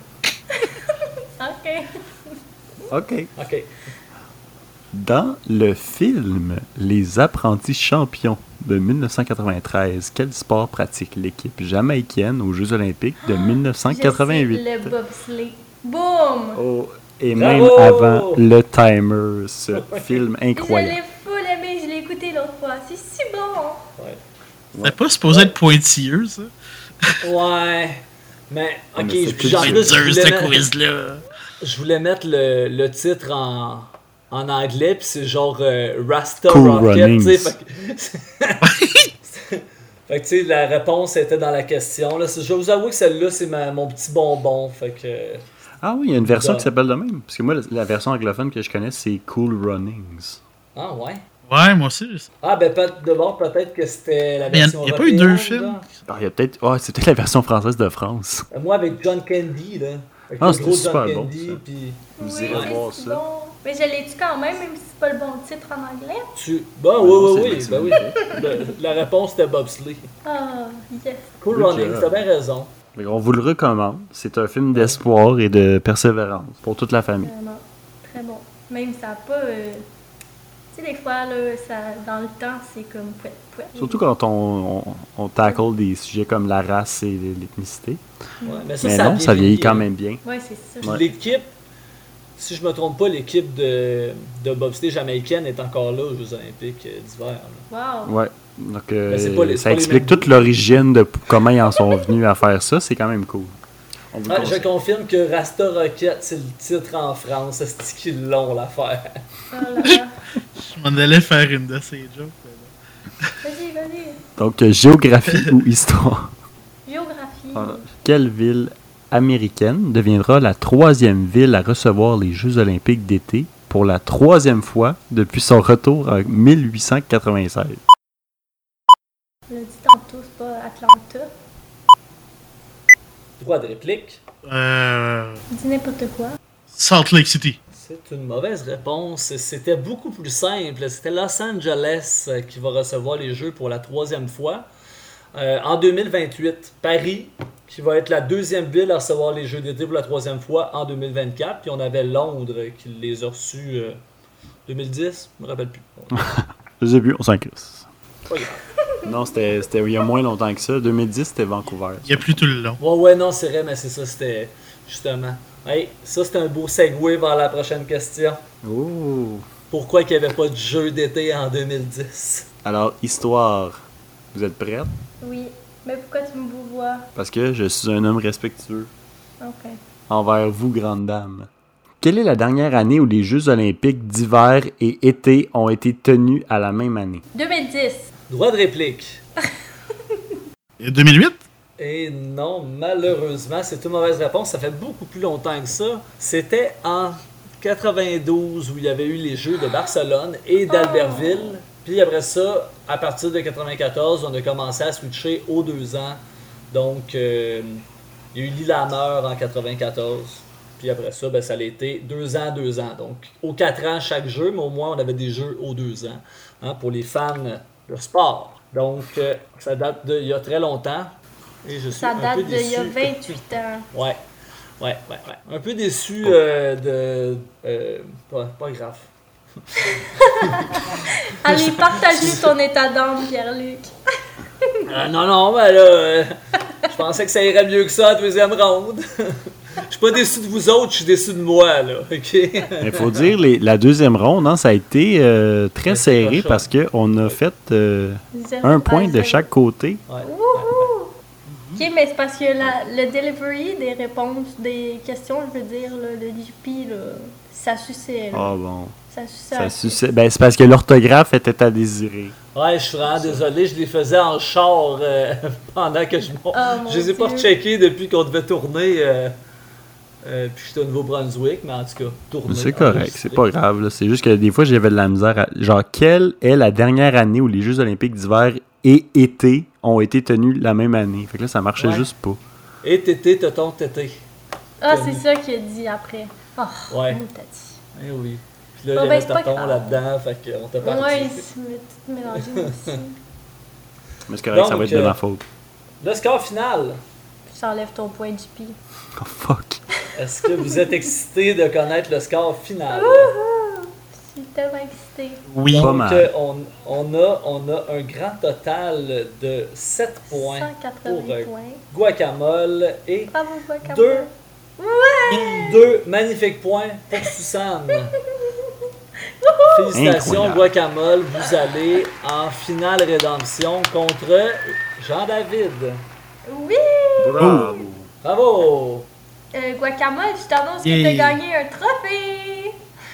S4: OK. Dans le film Les Apprentis Champions de 1993, quel sport pratique l'équipe jamaïcaine aux Jeux olympiques de 1988?
S7: Le bobsleigh. Boum!
S4: Et même avant le timer, ce film incroyable.
S7: Je l'ai full aimé, je l'ai écouté l'autre fois. C'est si bon!
S8: C'était pas supposé être pointilleux, ça?
S6: Ouais. Mais, OK, je voulais mettre le titre en anglais, puis c'est genre Rasta
S4: cool
S6: Rocket, tu sais. Fait que, tu sais, la réponse était dans la question. Là. Je vous avoue que celle-là, c'est mon petit bonbon. Fait que...
S4: Ah oui, il y a une version qui s'appelle de même. Parce que moi, la version anglophone que je connais, c'est Cool Runnings.
S6: Ah ouais?
S8: Ouais, moi aussi.
S6: Ah, ben d'abord, peut-être que c'était la version
S8: il n'y a pas eu 2 films?
S4: Il y a peut-être... c'est peut-être la version française de France.
S6: Moi, avec John Candy, là.
S4: C'était super bon, ça.
S6: Puis...
S4: Vous irez voir ça.
S7: Bon. Mais je l'ai-tu quand même si c'est pas le bon titre en anglais?
S6: Oui. La réponse était bobsleigh.
S7: Ah, yes.
S6: Cool Running, t'as bien raison.
S4: Mais on vous le recommande. C'est un film d'espoir et de persévérance pour toute la famille.
S7: Vraiment. Très bon. Même ça n'a pas... Tu sais, des fois, là, dans le temps, c'est comme pouet.
S4: Surtout quand on tackle des sujets comme la race et l'ethnicité.
S6: Ouais, mais
S4: Mais non, ça vieillit quand même bien.
S7: Ouais, c'est ça.
S6: Puis l'équipe, si je me trompe pas, l'équipe de bobsleigh jamaïcaine est encore là aux Jeux Olympiques d'hiver. là.
S7: Wow.
S4: Ouais. Donc,
S6: c'est pas les- c'est
S4: ça
S6: pas les
S4: explique
S6: mêmes
S4: toute l'origine de comment ils en sont venus à faire ça. C'est quand même cool. On vous le
S6: Ah, je
S4: conseille.
S6: confirme que Rasta Rocket, c'est le titre en France. C'est qu'ils l'ont, l'affaire.
S7: Oh là là.
S8: Je m'en allais faire une de ces jokes.
S7: Vas-y.
S4: Donc, géographie ou histoire?
S7: Géographie.
S4: Quelle ville américaine deviendra la 3e ville à recevoir les Jeux olympiques d'été pour la 3e fois depuis son retour en 1896?
S7: On l'a dit tantôt, c'est pas Atlanta.
S6: Droit de réplique.
S7: Dis n'importe quoi.
S8: Salt Lake City.
S6: C'est une mauvaise réponse. C'était beaucoup plus simple. C'était Los Angeles qui va recevoir les Jeux pour la 3e fois. En 2028, Paris, qui va être la 2e ville à recevoir les Jeux d'été pour la 3e fois en 2024. Puis on avait Londres qui les a reçus 2010, je me rappelle plus.
S4: Je sais plus, on s'en crisse.
S6: Pas grave.
S4: Non, c'était il y a moins longtemps que ça. 2010, c'était Vancouver.
S8: Il n'y a plus tout le long.
S6: Ouais, non, c'est vrai, mais c'est ça, c'était justement. Hey, ça, c'est un beau segue vers la prochaine question.
S4: Oh!
S6: Pourquoi il n'y avait pas de jeu d'été en 2010?
S4: Alors, histoire. Vous êtes prête?
S7: Oui. Mais pourquoi tu me vois?
S4: Parce que je suis un homme respectueux
S7: Ok.
S4: envers vous, grande dame. Quelle est la dernière année où les Jeux olympiques d'hiver et été ont été tenus à la même année?
S7: 2010.
S6: Droit de réplique.
S8: Et 2008?
S6: Et non, malheureusement, c'est une mauvaise réponse. Ça fait beaucoup plus longtemps que ça. C'était en 92 où il y avait eu les Jeux de Barcelone et d'Albertville. Puis après ça, à partir de 94, on a commencé à switcher aux 2 ans. Donc, il y a eu Lillehammer en 94. Puis après ça, ben, ça a été 2 ans, 2 ans. Donc, aux 4 ans chaque jeu, mais au moins, on avait des jeux aux 2 ans pour les fans de sport. Donc, ça date d'il y a très longtemps. Et je suis
S7: Ça
S6: un peu
S7: date d'il y a
S6: déçu.
S7: 28 ans.
S6: Ouais. Un peu déçu pas grave.
S7: Allez, partage-nous ton état d'âme, Pierre-Luc.
S6: Non, mais là, je pensais que ça irait mieux que ça, la 2e ronde. Je suis pas déçu de vous autres, je suis déçu de moi, là, ok?
S4: Il faut dire, la 2e ronde, hein, ça a été très
S6: Ouais, c'est
S4: serré
S6: pas
S4: parce qu'on a fait
S7: 0
S4: un point
S7: à
S4: de
S7: 0.
S4: chaque côté.
S6: Ouais.
S7: Wouhou! Ok, mais c'est parce que le delivery des réponses, des questions, je veux dire, là, le JP, là, ça suçait. Là.
S4: Ah bon.
S7: Ça suçait.
S4: Ça suçait. Ben, c'est parce que l'orthographe était à désirer.
S6: Ouais, je suis vraiment désolé, je les faisais en char pendant que je monte.
S7: Oh, mon
S6: Je les ai pas
S7: Dieu.
S6: recheckés depuis qu'on devait tourner. Puis j'étais au Nouveau-Brunswick, mais en tout cas, tourner.
S4: C'est correct,
S6: enregistrer.
S4: c'est pas grave. Là. C'est juste que des fois, j'avais de la misère à... Genre, quelle est la dernière année où les Jeux olympiques d'hiver et été ont été tenus la même année? Fait que là, ça marchait
S6: Ouais.
S4: juste pas.
S6: Et tété, tonton, tété.
S7: Ah, c'est ça qu'il a dit après. Oh,
S6: Ouais.
S7: mon tati.
S6: Eh oui. Puis là,
S7: Oh,
S6: il y
S7: ben,
S6: avait
S7: c'est pas
S6: tonton
S7: grave.
S6: là-dedans, fait qu'on t'a parti.
S7: Ouais, il se met tout mélangé moi aussi.
S4: Mais c'est correct, ça
S6: Donc,
S4: va être de ma faute.
S6: Le score final.
S7: J'enlève ton point, JP.
S4: Oh, fuck.
S6: Est-ce que vous êtes excité de connaître le score final?
S7: Je suis tellement excitée.
S8: Oui.
S4: Pas
S6: Donc,
S4: mal.
S6: on a un grand total de 7 points
S7: 180
S6: pour
S7: points.
S6: Guacamole et
S7: Bravo, Guacamole.
S6: 2
S7: Ouais!
S6: 2 magnifiques points pour Suzanne. Félicitations,
S4: Incroyable.
S6: Guacamole. Vous allez en finale rédemption contre Jean-David.
S7: Oui!
S4: Bravo.
S6: Bravo!
S7: Guacamole, je t'annonce que
S8: Yeah.
S7: t'as gagné un trophée!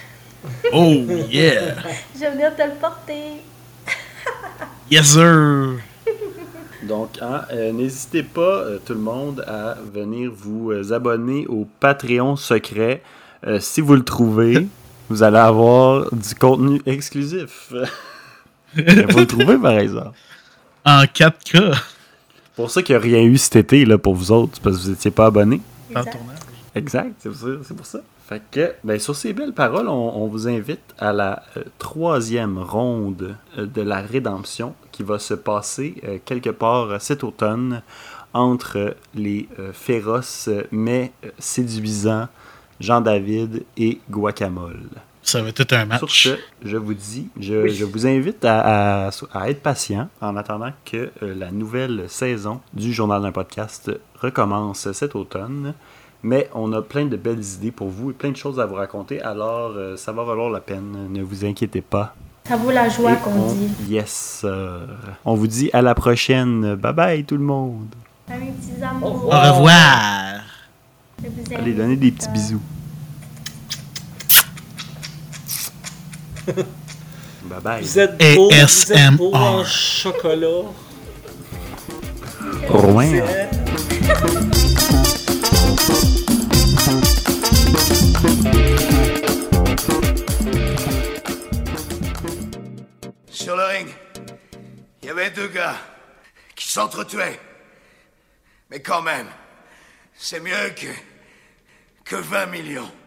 S8: Oh, yeah!
S7: Je vais venir te le porter.
S8: Yes, sir!
S4: Donc, hein, n'hésitez pas, tout le monde, à venir vous abonner au Patreon secret. Si vous le trouvez, vous allez avoir du contenu exclusif. Mais vous le trouvez, par exemple.
S8: En 4K.
S4: Pour ça qu'il n'y a rien eu cet été là, pour vous autres, c'est parce que vous n'étiez pas abonnés.
S8: En
S7: Exact.
S8: tournage.
S4: Exact, c'est pour ça. Fait que, ben, sur ces belles paroles, on vous invite à la 3e ronde de la rédemption qui va se passer quelque part cet automne entre les féroces mais séduisants Jean-David et Guacamole.
S8: Ça va être un match.
S4: Sur ce, je vous dis, je vous invite à être patient en attendant que la nouvelle saison du Journal d'un podcast recommence cet automne. Mais on a plein de belles idées pour vous et plein de choses à vous raconter, alors ça va valoir la peine, ne vous inquiétez pas.
S7: Ça vaut la joie qu'on dit.
S4: Yes, sir. On vous dit à la prochaine. Bye bye tout le monde.
S7: Salut, petits amours.
S8: Au revoir.
S7: Je vous aime.
S4: Allez, donnez des petits bisous. Bye bye.
S6: Vous êtes beau, vous êtes
S8: ASMR.
S6: beau en chocolat.
S4: Rouen.
S5: Sur le ring, il y avait 2 gars qui s'entretuaient. Mais quand même, c'est mieux que 20 millions.